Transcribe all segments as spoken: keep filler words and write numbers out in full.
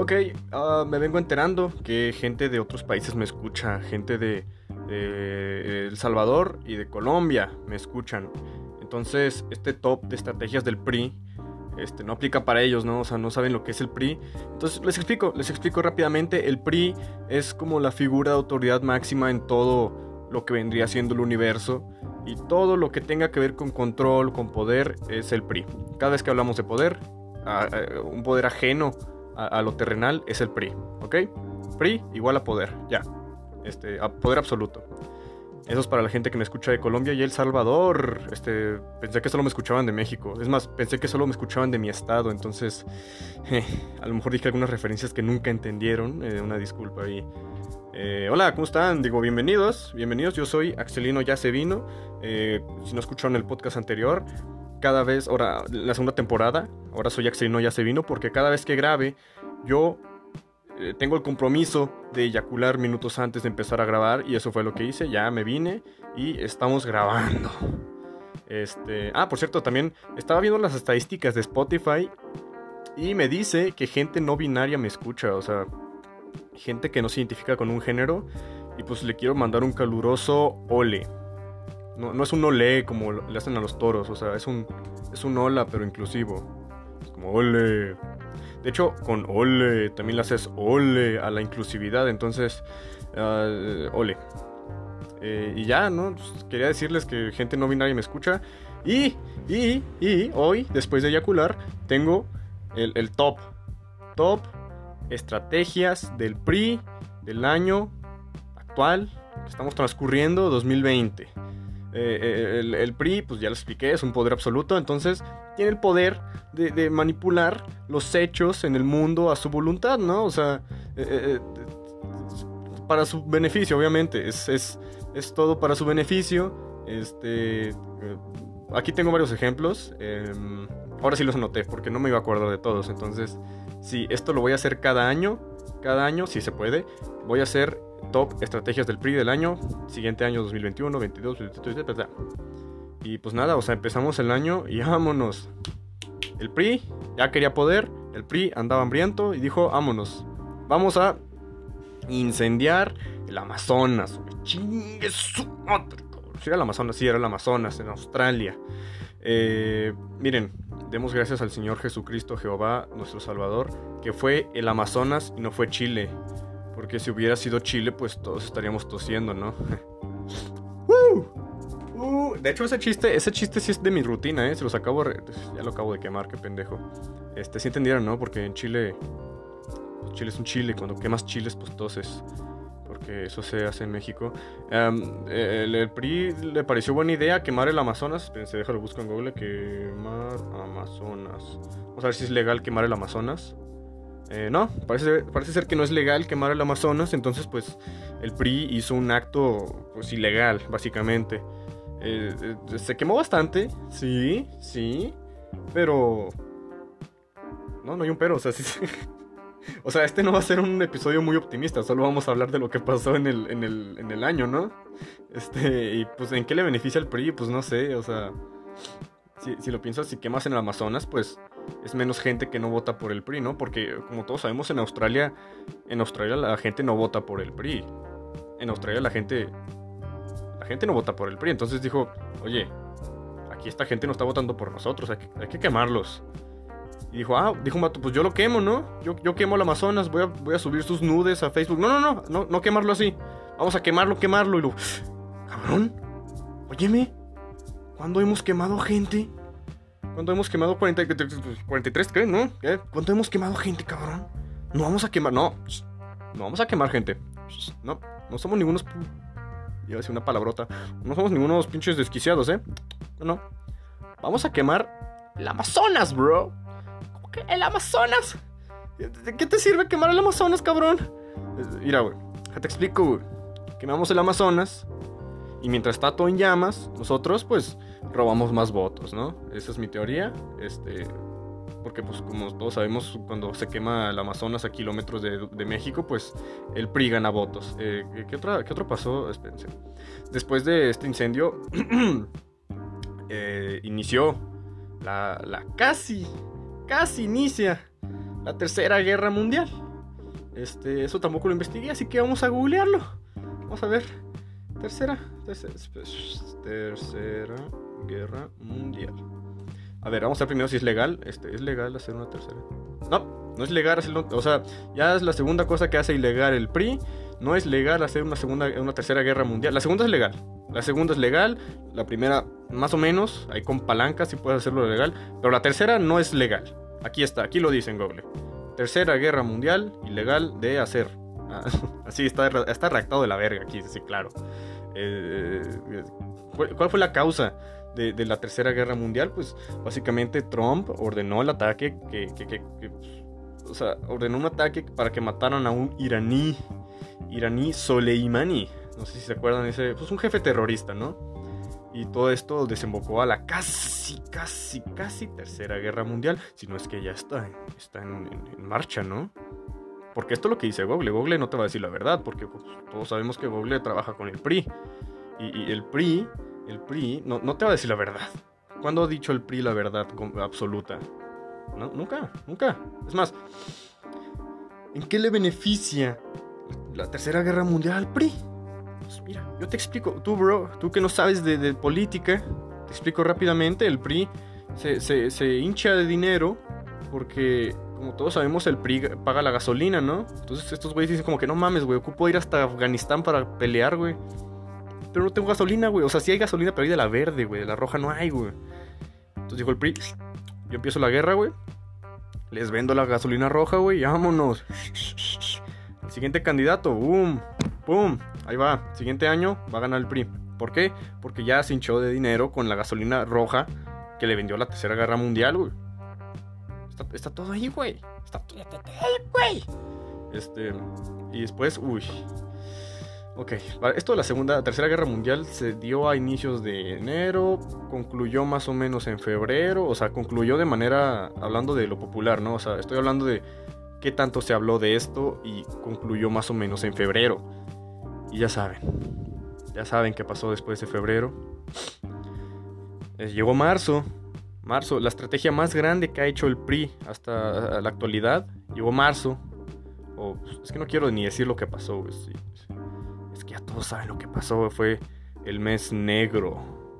Ok, uh, me vengo enterando que gente de otros países me escucha, gente de, de El Salvador y de Colombia me escuchan. Entonces, este top de estrategias del P R I este, no aplica para ellos, ¿no? O sea, no saben lo que es el P R I. Entonces, les explico, les explico rápidamente. El P R I es como la figura de autoridad máxima en todo lo que vendría siendo el universo. Y todo lo que tenga que ver con control, con poder, es el P R I. Cada vez que hablamos de poder, a, a, un poder ajeno a, a lo terrenal es el P R I, ¿ok? P R I igual a poder, ya. Este, a poder absoluto. Eso es para la gente que me escucha de Colombia y El Salvador. Este, pensé que solo me escuchaban de México. Es más, pensé que solo me escuchaban de mi estado. Entonces, eh, a lo mejor dije algunas referencias que nunca entendieron. Eh, una disculpa ahí. Eh, hola, ¿cómo están? Digo, bienvenidos. Bienvenidos, yo soy Axelino Ya Se Vino. Eh, si no escucharon el podcast anterior, cada vez, ahora, la segunda temporada, ahora soy Axelino Ya Se Vino, porque cada vez que grabe, yo eh, tengo el compromiso de eyacular minutos antes de empezar a grabar, y eso fue lo que hice. Ya me vine y estamos grabando. Este, ah, por cierto, también estaba viendo las estadísticas de Spotify y me dice que gente no binaria me escucha, o sea, gente que no se identifica con un género. Y pues le quiero mandar un caluroso ole. No, no es un ole como le hacen a los toros, o sea, es un, es un hola pero inclusivo. Es como ole. De hecho, con ole también le haces ole a la inclusividad, entonces, uh, ole. Eh, y ya, ¿no? Pues quería decirles que gente no binaria me escucha. Y, y, y hoy, después de eyacular, tengo el, el top. Top estrategias del P R I del año actual que estamos transcurriendo, dos mil veinte. Eh, el, el P R I, pues ya lo expliqué, es un poder absoluto. Entonces tiene el poder de, de manipular los hechos en el mundo a su voluntad, ¿no? O sea, eh, eh, para su beneficio, obviamente. Es, es, es todo para su beneficio. Este, eh, aquí tengo varios ejemplos. Eh, ahora sí los anoté porque no me iba a acordar de todos. Entonces, sí, esto lo voy a hacer cada año. Cada año, si se puede. Voy a hacer top estrategias del P R I del año. Siguiente año, dos mil veintiuno, veintidós, veintidós, veintidós. Y pues nada, o sea, empezamos el año y vámonos. El P R I ya quería poder. El P R I andaba hambriento y dijo, vámonos. Vamos a incendiar el Amazonas. Chingue su madre. Sí era el Amazonas, sí era el Amazonas, en Australia. Eh, miren, demos gracias al Señor Jesucristo, Jehová, nuestro Salvador, que fue el Amazonas y no fue Chile. Porque si hubiera sido Chile, pues todos estaríamos tosiendo, ¿no? uh, uh, de hecho, ese chiste, ese chiste sí es de mi rutina, ¿eh? Se los acabo, re- ya lo acabo de quemar, qué pendejo. Este, sí entendieron, ¿no? Porque en Chile, Chile es un chile, cuando quemas chiles, pues toses. Porque eso se hace en México. Um, el, el P R I le pareció buena idea quemar el Amazonas. Espérense, déjalo, busco en Google. Quemar Amazonas. Vamos a ver si es legal quemar el Amazonas. Eh, no, parece, parece ser que no es legal quemar el Amazonas. Entonces, pues, el P R I hizo un acto, pues, ilegal, básicamente. Eh, eh, se quemó bastante, sí, sí. Pero... No, no hay un pero, o sea, sí... O sea, este no va a ser un episodio muy optimista. Solo vamos a hablar de lo que pasó en el, en el, en el año, ¿no? Este, y pues, ¿en qué le beneficia al P R I? Pues no sé, o sea... Si, si lo piensas, si quemas en el Amazonas, pues es menos gente que no vota por el P R I, ¿no? Porque, como todos sabemos, en Australia... En Australia la gente no vota por el P R I. En Australia la gente... La gente no vota por el P R I. Entonces dijo, oye, aquí esta gente no está votando por nosotros, hay que, hay que quemarlos. Y dijo, ah, dijo un vato, pues yo lo quemo, ¿no? Yo, yo quemo el Amazonas, voy a, voy a subir sus nudes a Facebook. No, no, no, no, no quemarlo así. Vamos a quemarlo, quemarlo. Y luego, cabrón, óyeme, ¿cuándo hemos quemado gente? ¿Cuándo hemos quemado cuarenta, cuarenta y tres, ¿qué? ¿No? ¿Qué? ¿Cuándo hemos quemado gente, cabrón? No vamos a quemar, no. No vamos a quemar gente. No, no somos ningunos... Iba a decir una palabrota. No somos ningunos pinches desquiciados, ¿eh? No, no. Vamos a quemar el Amazonas, bro. ¿El Amazonas? ¿De qué te sirve quemar el Amazonas, cabrón? Mira, güey, te explico, güey. Quemamos el Amazonas y mientras está todo en llamas, nosotros, pues, robamos más votos, ¿no? Esa es mi teoría. Este... Porque, pues, como todos sabemos, cuando se quema el Amazonas a kilómetros de, de México, pues, el P R I gana votos. Eh, ¿qué, otra, ¿Qué otro pasó? Espérense. Después de este incendio, eh, inició la, la casi... Casi inicia la Tercera Guerra Mundial. Este, eso tampoco lo investigué, así que vamos a googlearlo. Vamos a ver. Tercera, tercera, tercera guerra mundial. A ver, vamos a ver primero si es legal. Este, ¿es legal hacer una tercera? No, no es legal hacerlo. O sea, ya es la segunda cosa que hace ilegal el P R I. No es legal hacer una segunda, una tercera guerra mundial. La segunda es legal. La segunda es legal. La primera, más o menos. Ahí con palancas si puedes hacerlo legal. Pero la tercera no es legal. Aquí está, aquí lo dice en Google. Tercera guerra mundial, ilegal de hacer. Ah, así está, está redactado de la verga aquí, sí, claro. Eh, ¿Cuál fue la causa de, de la tercera guerra mundial? Pues básicamente Trump ordenó el ataque que, que, que, que o sea, ordenó un ataque para que mataran a un iraní, iraní Soleimani. No sé si se acuerdan, ese, pues un jefe terrorista, ¿no? Y todo esto desembocó a la casi, casi, casi tercera guerra mundial. Si no es que ya está, está en, en, en marcha, ¿no? Porque esto es lo que dice Google. Google no te va a decir la verdad, porque pues, todos sabemos que Google trabaja con el P R I. Y, y el P R I, el P R I no, no te va a decir la verdad. ¿Cuándo ha dicho el P R I la verdad absoluta? No, nunca, nunca. Es más, ¿en qué le beneficia la tercera guerra mundial al P R I? Pues mira, yo te explico. Tú, bro, tú que no sabes de, de política, te explico rápidamente. El P R I se, se, se hincha de dinero porque, como todos sabemos, el P R I paga la gasolina, ¿no? Entonces estos güeyes dicen como que no mames, güey, ocupo ir hasta Afganistán para pelear, güey. Pero no tengo gasolina, güey. O sea, sí hay gasolina, pero hay de la verde, güey. De la roja no hay, güey. Entonces dijo el P R I, yo empiezo la guerra, güey. Les vendo la gasolina roja, güey, y vámonos. El siguiente candidato, boom, boom. Ahí va, siguiente año va a ganar el P R I. ¿Por qué? Porque ya se hinchó de dinero con la gasolina roja que le vendió la tercera guerra mundial, güey. Está, está todo ahí, güey. Está todo ahí, güey. Este, y después, uy. Ok, esto de la segunda, tercera guerra mundial se dio a inicios de enero, concluyó más o menos en febrero, o sea, concluyó de manera, hablando de lo popular, ¿no? O sea, estoy hablando de qué tanto se habló de esto y concluyó más o menos en febrero. Y ya saben, ya saben qué pasó después de febrero. Eh, llegó marzo, marzo, la estrategia más grande que ha hecho el P R I hasta la actualidad, llegó marzo. O, es que no quiero ni decir lo que pasó, güey. Sí, sí. Es que ya todos saben lo que pasó, fue el mes negro.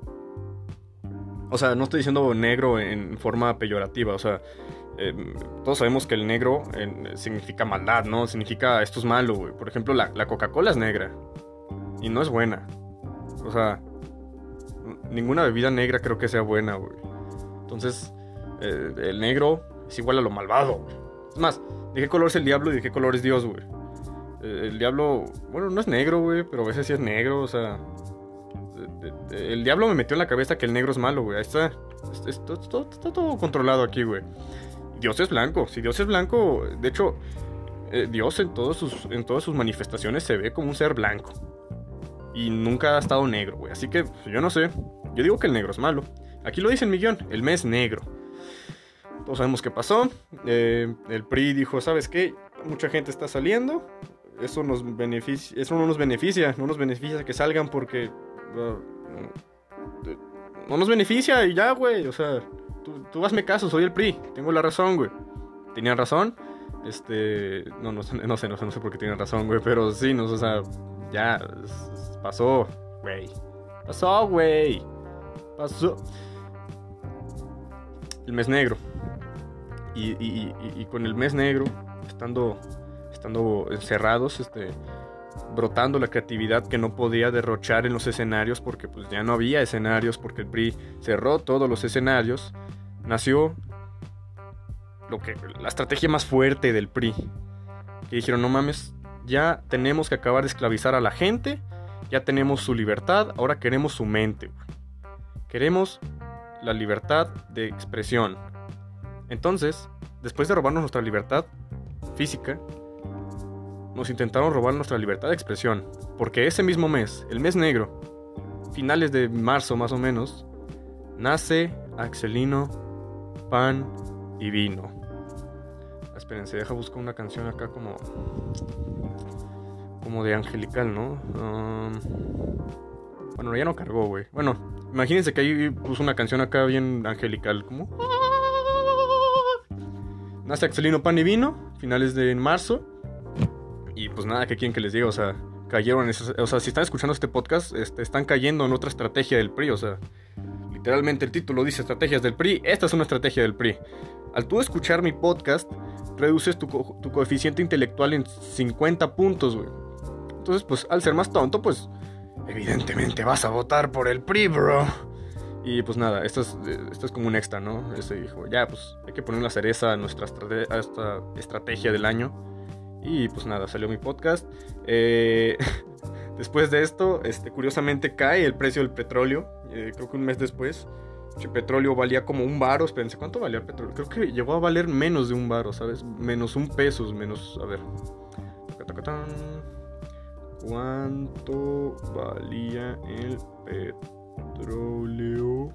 O sea, no estoy diciendo negro en forma peyorativa, o sea, eh, todos sabemos que el negro eh, significa maldad, ¿no? Significa esto es malo, güey. Por ejemplo, la, la Coca-Cola es negra y no es buena. O sea, ninguna bebida negra creo que sea buena, güey. Entonces, eh, el negro es igual a lo malvado, güey. Es más, ¿de qué color es el diablo y de qué color es Dios, güey? El diablo, bueno, no es negro, güey, pero a veces sí es negro, o sea... El diablo me metió en la cabeza que el negro es malo, güey. Ahí está. Está, está, está, está todo controlado aquí, güey. Dios es blanco. Si Dios es blanco, de hecho, eh, Dios en, todos sus, en todas sus manifestaciones se ve como un ser blanco. Y nunca ha estado negro, güey. Así que, yo no sé. Yo digo que el negro es malo. Aquí lo dice en mi guión, el mes negro. Todos sabemos qué pasó. Eh, el P R I dijo, ¿sabes qué? Mucha gente está saliendo. Eso, nos beneficia, eso no nos beneficia. No nos beneficia que salgan porque... Uh, no nos beneficia y ya, güey. O sea, tú, tú hazme caso, soy el P R I. Tengo la razón, güey. ¿Tenían razón? Este... No, no, no sé, no sé, no sé por qué tienen razón, güey. Pero sí, no, o sea... Ya, pasó, güey. Pasó, güey. Pasó. El mes negro. Y, y, y, y con el mes negro, estando... Estando encerrados, este... brotando la creatividad que no podía derrochar en los escenarios porque pues ya no había escenarios, porque el P R I cerró todos los escenarios, nació lo que, la estrategia más fuerte del P R I, que dijeron, no mames, ya tenemos que acabar de esclavizar a la gente, ya tenemos su libertad, ahora queremos su mente, queremos la libertad de expresión. Entonces, después de robarnos nuestra libertad física, nos intentaron robar nuestra libertad de expresión, porque ese mismo mes, el mes negro, finales de marzo más o menos, nace Axelino, Pan y Vino. Espérense, deja buscar una canción acá como como de angelical, ¿no? Um, bueno, ya no cargó, güey. Bueno, imagínense que ahí puso una canción acá bien angelical, como... Nace Axelino, Pan y Vino, finales de marzo. Y pues nada, ¿qué quieren que les diga? O sea, cayeron en esas, o sea, si están escuchando este podcast, este, están cayendo en otra estrategia del P R I. O sea, literalmente el título dice estrategias del P R I. Esta es una estrategia del P R I. Al tú escuchar mi podcast, reduces tu, co- tu coeficiente intelectual en cincuenta puntos, güey. Entonces, pues, al ser más tonto, pues, evidentemente vas a votar por el P R I, bro. Y pues nada, esto es, esto es como un extra, ¿no? Este dijo, ya, pues, hay que poner la cereza a nuestra estrate- a esta estrategia del año. Y pues nada, salió mi podcast. Eh, después de esto, este, curiosamente cae el precio del petróleo. Eh, creo que un mes después. El petróleo valía como un varo. Espérense, ¿cuánto valía el petróleo? Creo que llegó a valer menos de un varo, ¿sabes? Menos un peso, menos... A ver. ¿Cuánto valía el petróleo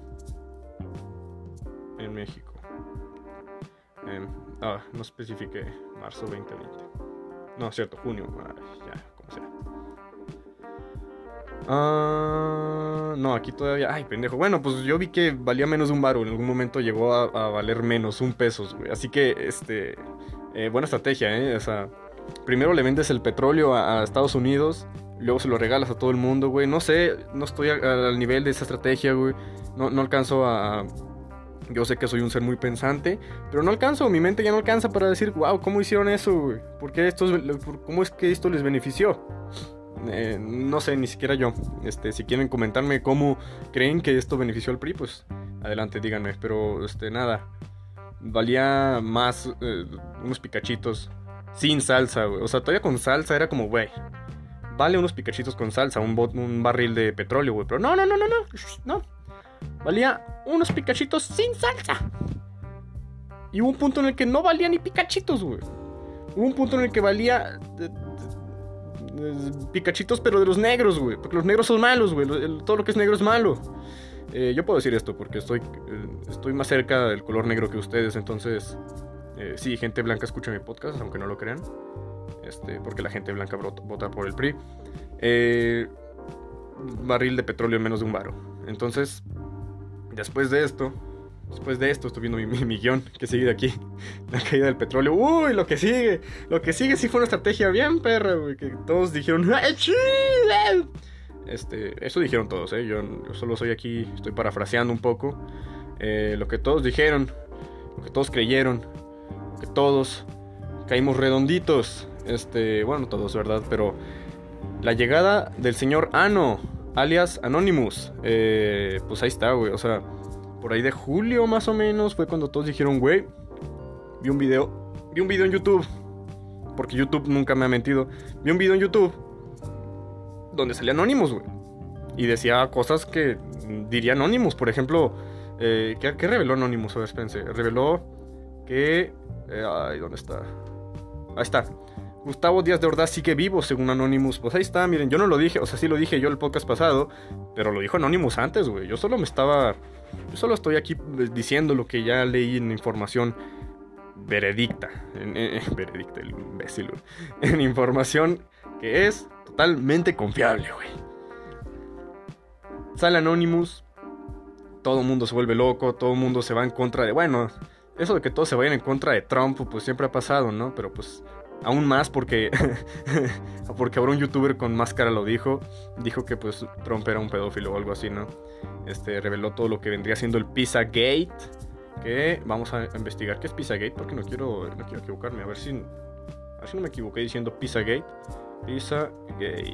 en México? Eh, ah, no especifiqué. Marzo veinte veinte. No, es cierto, junio. Ay, ya, como sea. Ah, no, aquí todavía. Ay, pendejo. Bueno, pues yo vi que valía menos de un varo. En algún momento llegó a, a valer menos, un pesos, güey. Así que, este. Eh, buena estrategia, ¿eh? O sea, primero le vendes el petróleo a, a Estados Unidos. Luego se lo regalas a todo el mundo, güey. No sé, no estoy a, a, al nivel de esa estrategia, güey. No, no alcanzo a. Yo sé que soy un ser muy pensante, pero no alcanzo, mi mente ya no alcanza para decir, wow, ¿cómo hicieron eso, güey? ¿Por qué esto es, ¿Cómo es que esto les benefició? Eh, no sé, ni siquiera yo. Este, si quieren comentarme cómo creen que esto benefició al P R I, pues adelante, díganme. Pero, este, nada. Valía más eh, unos picachitos sin salsa, güey. O sea, todavía con salsa era como, güey, vale unos picachitos con salsa, un, bot, un barril de petróleo, güey. Pero no, no, no, no, no, no. Valía unos picachitos sin salsa. Y hubo un punto en el que no valía ni picachitos, güey. Hubo un punto en el que valía de, de, de, picachitos, pero de los negros, güey. Porque los negros son malos, güey. Todo lo que es negro es malo. Eh, yo puedo decir esto porque estoy, eh, estoy más cerca del color negro que ustedes. Entonces, eh, sí, gente blanca escucha mi podcast, aunque no lo crean. Este, porque la gente blanca vota por el P R I. Eh, barril de petróleo en menos de un varo. Entonces, después de esto, después de esto, estoy viendo mi, mi, mi guión que sigue de aquí. La caída del petróleo. Uy, lo que sigue. Lo que sigue sí fue una estrategia bien perra, güey. Que todos dijeron, ¡ay, Chile! Este, eso dijeron todos, ¿eh? Yo, yo solo soy aquí, estoy parafraseando un poco. Eh, lo que todos dijeron, lo que todos creyeron, lo que todos caímos redonditos. Este, bueno, todos, ¿verdad? Pero la llegada del señor Ano, alias Anonymous, eh, pues ahí está, güey. O sea, por ahí de julio más o menos fue cuando todos dijeron, güey, vi un video, vi un video en YouTube, porque YouTube nunca me ha mentido. Vi un video en YouTube donde salía Anonymous, güey, y decía cosas que diría Anonymous. Por ejemplo, eh, ¿qué, ¿qué reveló Anonymous? A ver, espérense. Reveló que... Eh, ay, ¿dónde está? Ahí está. Gustavo Díaz de Ordaz sigue vivo, según Anonymous. Pues ahí está, miren, yo no lo dije, o sea, sí lo dije yo el podcast pasado, pero lo dijo Anonymous antes, güey. Yo solo me estaba... Yo solo estoy aquí diciendo lo que ya leí en información veredicta. En, en, veredicta, el imbécil, güey. En información que es totalmente confiable, güey. Sale Anonymous, todo el mundo se vuelve loco, todo el mundo se va en contra de... Bueno, eso de que todos se vayan en contra de Trump, pues siempre ha pasado, ¿no? Pero pues... Aún más porque porque ahora un youtuber con máscara lo dijo. Dijo que pues Trump era un pedófilo o algo así, ¿no? Este, reveló todo lo que vendría siendo el Pizzagate. Que vamos a investigar qué es Pizzagate, porque no quiero, no quiero equivocarme. A ver si, a ver si no me equivoqué diciendo Pizzagate. Pizzagate.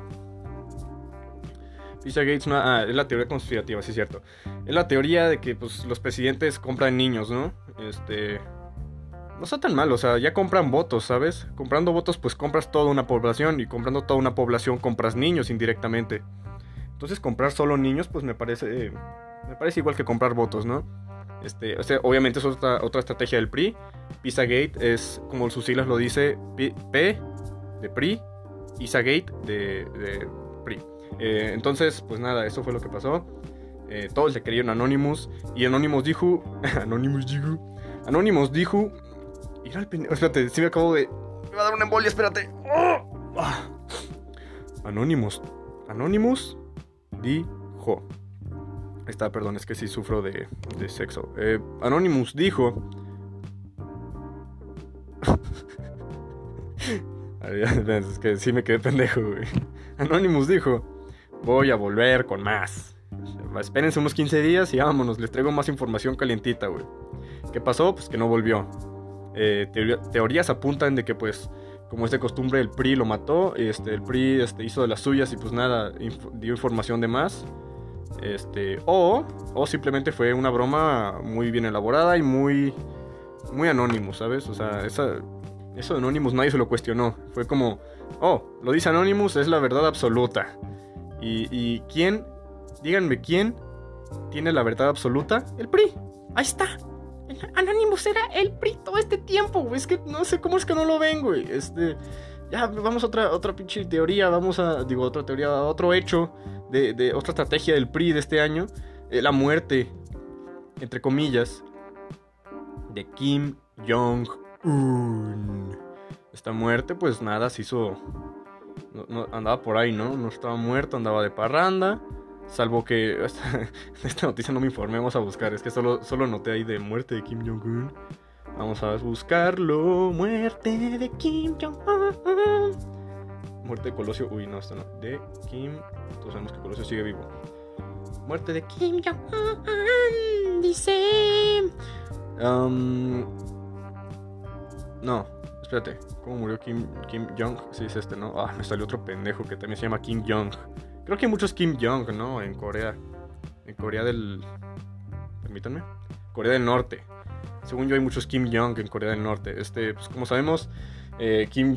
Pizzagate es, una, ah, es la teoría conspirativa, sí es cierto. Es la teoría de que pues los presidentes compran niños, ¿no? Este... No está tan mal, o sea, ya compran votos, ¿sabes? Comprando votos, pues compras toda una población. Y comprando toda una población, compras niños indirectamente. Entonces, comprar solo niños, pues me parece... Eh, me parece igual que comprar votos, ¿no? Este, o sea, obviamente es otra, otra estrategia del P R I. Pizzagate es, como sus siglas lo dice, P, P de P R I, Pizzagate de, de P R I. Eh, entonces, pues nada, eso fue lo que pasó. Eh, todos le creyeron a Anonymous. Y Anonymous dijo... Anonymous dijo... Anonymous dijo... Mira el pendejo. Espérate, sí me acabo de... Me va a dar una embolia, espérate. ¡Oh! Ah. Anonymous. Anonymous dijo... Ahí está, perdón, es que sí sufro de, de sexo. Eh, Anonymous dijo... Es que sí me quedé pendejo, güey. Anonymous dijo: voy a volver con más. Espérense unos quince días y vámonos, les traigo más información calientita, güey. ¿Qué pasó? Pues que no volvió. Eh, teoría, teorías apuntan de que, pues, como es de costumbre, el P R I lo mató. Este, el P R I este, hizo de las suyas y pues nada, inf- dio información de más. Este, o, o simplemente fue una broma muy bien elaborada y muy, muy Anonymous, ¿sabes? O sea, esa, eso de Anonymous nadie se lo cuestionó. Fue como, oh, lo dice Anonymous, es la verdad absoluta. ¿Y, y quién? Díganme, ¿quién tiene la verdad absoluta? El P R I. Ahí está. El Anonymous era el P R I todo este tiempo, güey. Es que no sé cómo es que no lo ven, güey. Este, ya, vamos a otra, otra pinche teoría. Vamos a, digo, otra teoría, otro hecho de, de otra estrategia del P R I de este año. Eh, la muerte, entre comillas, de Kim Jong-un. Esta muerte, pues nada, se hizo... No, no, andaba por ahí, ¿no? No estaba muerto, andaba de parranda. Salvo que... Esta noticia no me informé, vamos a buscar. Es que solo, solo noté ahí de muerte de Kim Jong-un. Vamos a buscarlo. Muerte de Kim Jong-un. Muerte de Colosio. Uy, no, esto no. De Kim... Todos sabemos que Colosio sigue vivo. Muerte de Kim Jong-un. Dice... Um... No, espérate. ¿Cómo murió Kim, Kim Jong? Sí, es este, ¿no? Ah, me salió otro pendejo que también se llama Kim Jong. Creo que hay muchos Kim Jong, ¿no? En Corea. En Corea del... Permítanme. Corea del Norte. Según yo hay muchos Kim Jong en Corea del Norte. Este, pues como sabemos, eh, Kim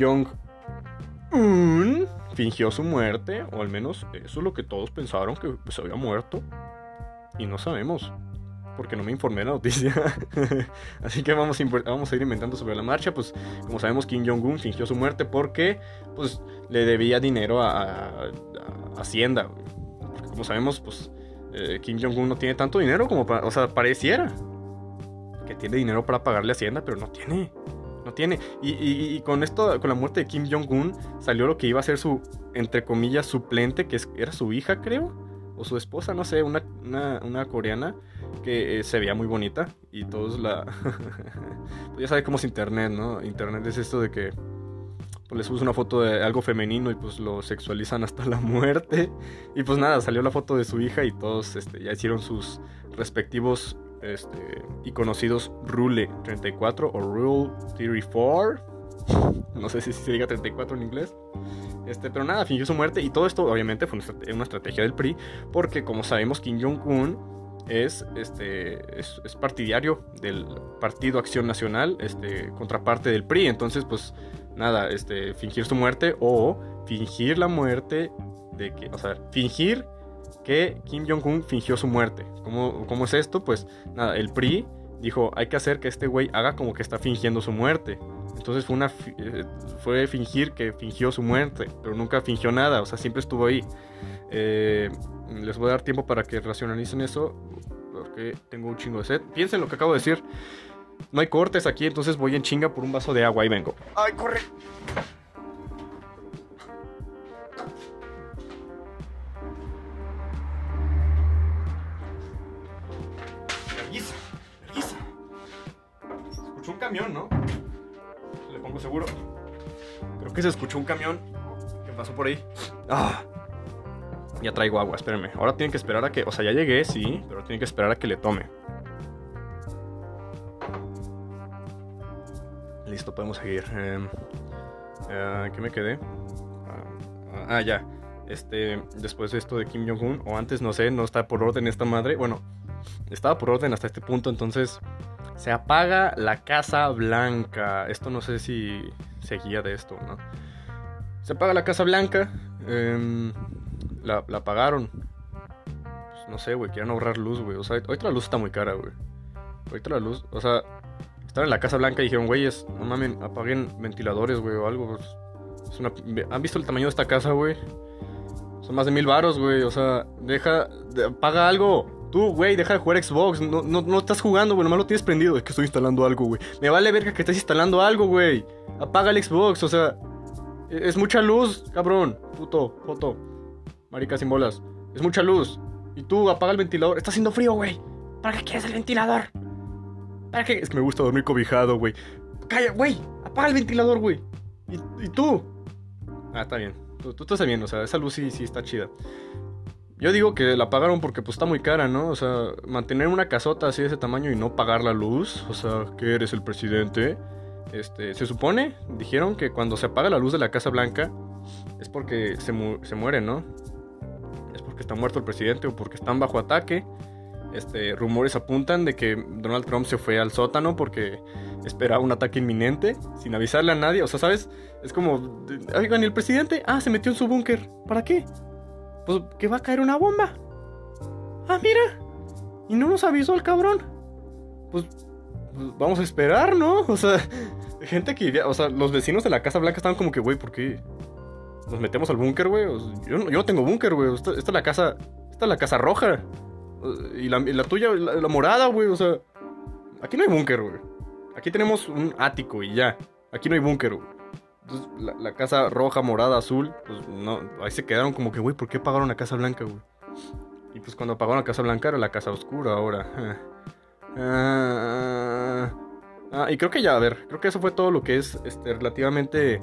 Jong-un fingió su muerte. O al menos eso es lo que todos pensaron, que pues, había muerto. Y no sabemos. Porque no me informé de la noticia. Así que vamos a, vamos a ir inventando sobre la marcha. Pues como sabemos, Kim Jong-un fingió su muerte porque pues le debía dinero a, a, a Hacienda. Porque como sabemos, pues eh, Kim Jong-un no tiene tanto dinero como para... O sea, pareciera que tiene dinero para pagarle a Hacienda, pero no tiene. No tiene. Y, y, y con esto, con la muerte de Kim Jong-un, salió lo que iba a ser su, entre comillas, suplente, que es, era su hija, creo. O su esposa, no sé, una, una, una coreana que eh, se veía muy bonita. Y todos la... Pues ya sabes cómo es internet, ¿no? Internet es esto de que pues les subes una foto de algo femenino y pues lo sexualizan hasta la muerte. Y pues nada, salió la foto de su hija y todos este, ya hicieron sus respectivos este, y conocidos Rule treinta y cuatro o Rule treinta y cuatro. No sé si se diga treinta y cuatro en inglés. Este, pero nada, fingió su muerte. Y todo esto obviamente fue una estrategia del P R I. Porque como sabemos, Kim Jong-un es, este, es, es partidario del Partido Acción Nacional, este, contraparte del P R I. Entonces pues nada, este, fingir su muerte o fingir la muerte de que, o sea, fingir que Kim Jong-un fingió su muerte. ¿Cómo, cómo es esto? Pues nada, el P R I dijo, hay que hacer que este güey haga como que está fingiendo su muerte. Entonces fue una fue fingir que fingió su muerte, pero nunca fingió nada, o sea, siempre estuvo ahí. Eh, les voy a dar tiempo para que racionalicen eso, porque tengo un chingo de sed. Piensen lo que acabo de decir. No hay cortes aquí, entonces voy en chinga por un vaso de agua y vengo. ¡Ay, corre! Larguiza, larguiza. Escuchó un camión, ¿no? Le pongo seguro. Creo que se escuchó un camión que pasó por ahí. Ah, ya traigo agua, espérenme. Ahora tienen que esperar a que... O sea, ya llegué, sí, pero tienen que esperar a que le tome. Listo, podemos seguir. Eh, eh, ¿Qué me quedé? Ah, ah, ya. Este, después de esto de Kim Jong-un, o antes, no sé, no está por orden esta madre. Bueno, estaba por orden hasta este punto, entonces... Se apaga la Casa Blanca. Esto no sé si seguía de esto, ¿no? Se apaga la Casa Blanca. Eh, la, la apagaron. Pues no sé, güey. Quieren ahorrar luz, güey. O sea, ahorita la luz está muy cara, güey. Ahorita la luz... O sea, estaban en la Casa Blanca y dijeron, güeyes, no mamen, apaguen ventiladores, güey, o algo. Pues, es una... ¿Han visto el tamaño de esta casa, güey? Son más de mil varos, güey. O sea, deja... De... Apaga algo. Tú, güey, deja de jugar Xbox. No, no, no estás jugando, güey. Nomás lo tienes prendido. Es que estoy instalando algo, güey. Me vale verga que estés instalando algo, güey. Apaga el Xbox, o sea... Es mucha luz, cabrón. Puto, foto. Marica sin bolas. Es mucha luz. Y tú, apaga el ventilador. Está haciendo frío, güey. ¿Para qué quieres el ventilador? ¿Para qué? Es que me gusta dormir cobijado, güey. Calla, güey. Apaga el ventilador, güey. ¿Y, y tú? Ah, está bien. Tú, tú estás bien, o sea, esa luz sí, sí está chida. Yo digo que la pagaron porque pues está muy cara, ¿no? O sea, mantener una casota así de ese tamaño y no pagar la luz. O sea, ¿qué eres el presidente? Este, se supone, dijeron que cuando se apaga la luz de la Casa Blanca es porque se, mu- se muere, ¿no? Es porque está muerto el presidente o porque están bajo ataque. Este, rumores apuntan de que Donald Trump se fue al sótano porque esperaba un ataque inminente sin avisarle a nadie. O sea, ¿sabes? Es como, oigan, ¿y el presidente? Ah, se metió en su búnker. ¿Para qué? Pues que va a caer una bomba. Ah, mira. Y no nos avisó el cabrón. Pues, pues vamos a esperar, ¿no? O sea, gente que... O sea, los vecinos de la Casa Blanca estaban como que, güey, ¿por qué nos metemos al búnker, güey? O sea, yo, no, yo no tengo búnker, güey. Esta, esta es la casa... Esta es la casa roja. Y la, y la tuya, la, la morada, güey. O sea, aquí no hay búnker, güey. Aquí tenemos un ático y ya. Aquí no hay búnker, güey. Entonces, la, la casa roja, morada, azul, pues no, ahí se quedaron como que, güey, ¿por qué pagaron la Casa Blanca, güey? Y pues cuando pagaron la Casa Blanca era la Casa Oscura ahora. Ah, ah, y creo que ya, a ver, creo que eso fue todo lo que es este, relativamente,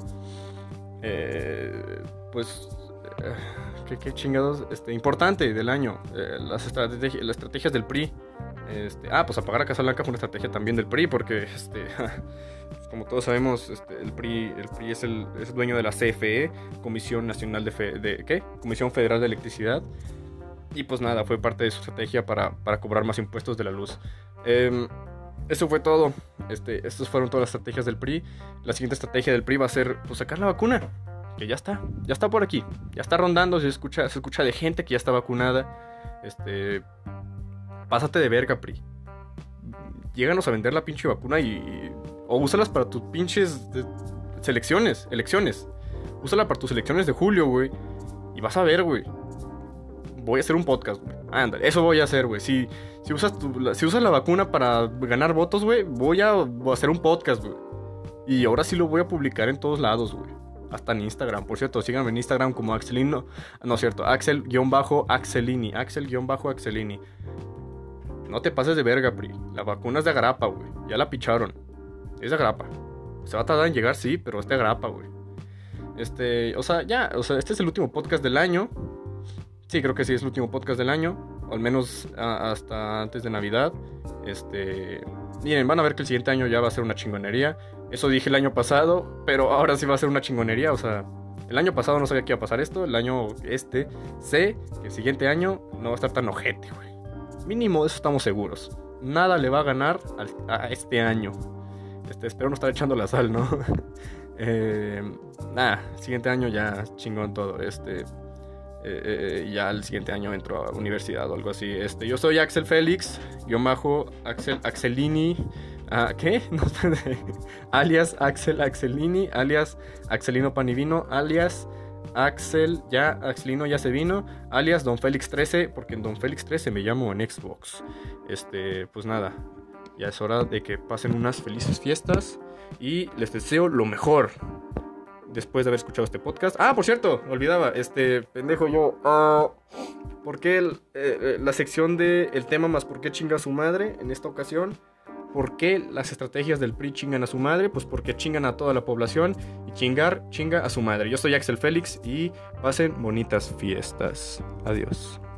eh, pues, eh, ¿qué, qué chingados, este, importante del año. Eh, las, estrategi- las estrategias del P R I. Este, ah, pues apagar la Casa Blanca fue una estrategia también del P R I, porque, este... como todos sabemos, este, el P R I, el P R I es el es dueño de la C F E, Comisión Nacional de, Fe, de ¿qué? Comisión Federal de Electricidad. Y pues nada, fue parte de su estrategia para, para cobrar más impuestos de la luz. Eh, eso fue todo. Este, estas fueron todas las estrategias del P R I. La siguiente estrategia del P R I va a ser pues, sacar la vacuna. Que ya está, ya está por aquí. Ya está rondando, se escucha, se escucha de gente que ya está vacunada. Este, pásate de verga, P R I. Lléganos a vender la pinche vacuna y... O úsalas para tus pinches de, selecciones, elecciones. Úsala para tus elecciones de julio, güey. Y vas a ver, güey. Voy a hacer un podcast, güey. Ándale, eso voy a hacer, güey. Si, si, usas tu, la, si usas la vacuna para ganar votos, güey, voy a, voy a hacer un podcast, güey. Y ahora sí lo voy a publicar en todos lados, güey. Hasta en Instagram. Por cierto, síganme en Instagram como Axelino. No es cierto, Axel-Axelini. Axel-Axelini. No te pases de verga, Pri. La vacuna es de agrapa, güey. Ya la picharon. Es de agrapa. Se va a tardar en llegar, sí, pero es de agrapa, güey. Este, o sea, ya, o sea, este es el último podcast del año. Sí, creo que sí es el último podcast del año. O al menos a, hasta antes de Navidad. Este, miren, van a ver que el siguiente año ya va a ser una chingonería. Eso dije el año pasado, pero ahora sí va a ser una chingonería. O sea, el año pasado no sabía que iba a pasar esto. El año este, sé que el siguiente año no va a estar tan ojete, güey. Mínimo de eso estamos seguros. Nada le va a ganar al, a este año. Este, espero no estar echando la sal, ¿no? eh, nada, siguiente año ya chingón todo. Este, eh, eh, ya el siguiente año entro a universidad o algo así. Este, yo soy Axel Félix, guión bajo Axel Axelini. Uh, ¿Qué? No sé. Alias Axel Axelini, alias Axelino Panivino, alias Axel, ya Axelino ya se vino, alias Don Félix trece, porque en Don Félix trece me llamo en Xbox. Este, pues nada. Ya es hora de que pasen unas felices fiestas y les deseo lo mejor después de haber escuchado este podcast. Ah, por cierto, olvidaba, este pendejo yo. Uh, ¿Por qué el, eh, la sección de el tema más por qué chinga a su madre en esta ocasión? ¿Por qué las estrategias del P R I chingan a su madre? Pues porque chingan a toda la población y chingar chinga a su madre. Yo soy Axel Félix y pasen bonitas fiestas. Adiós.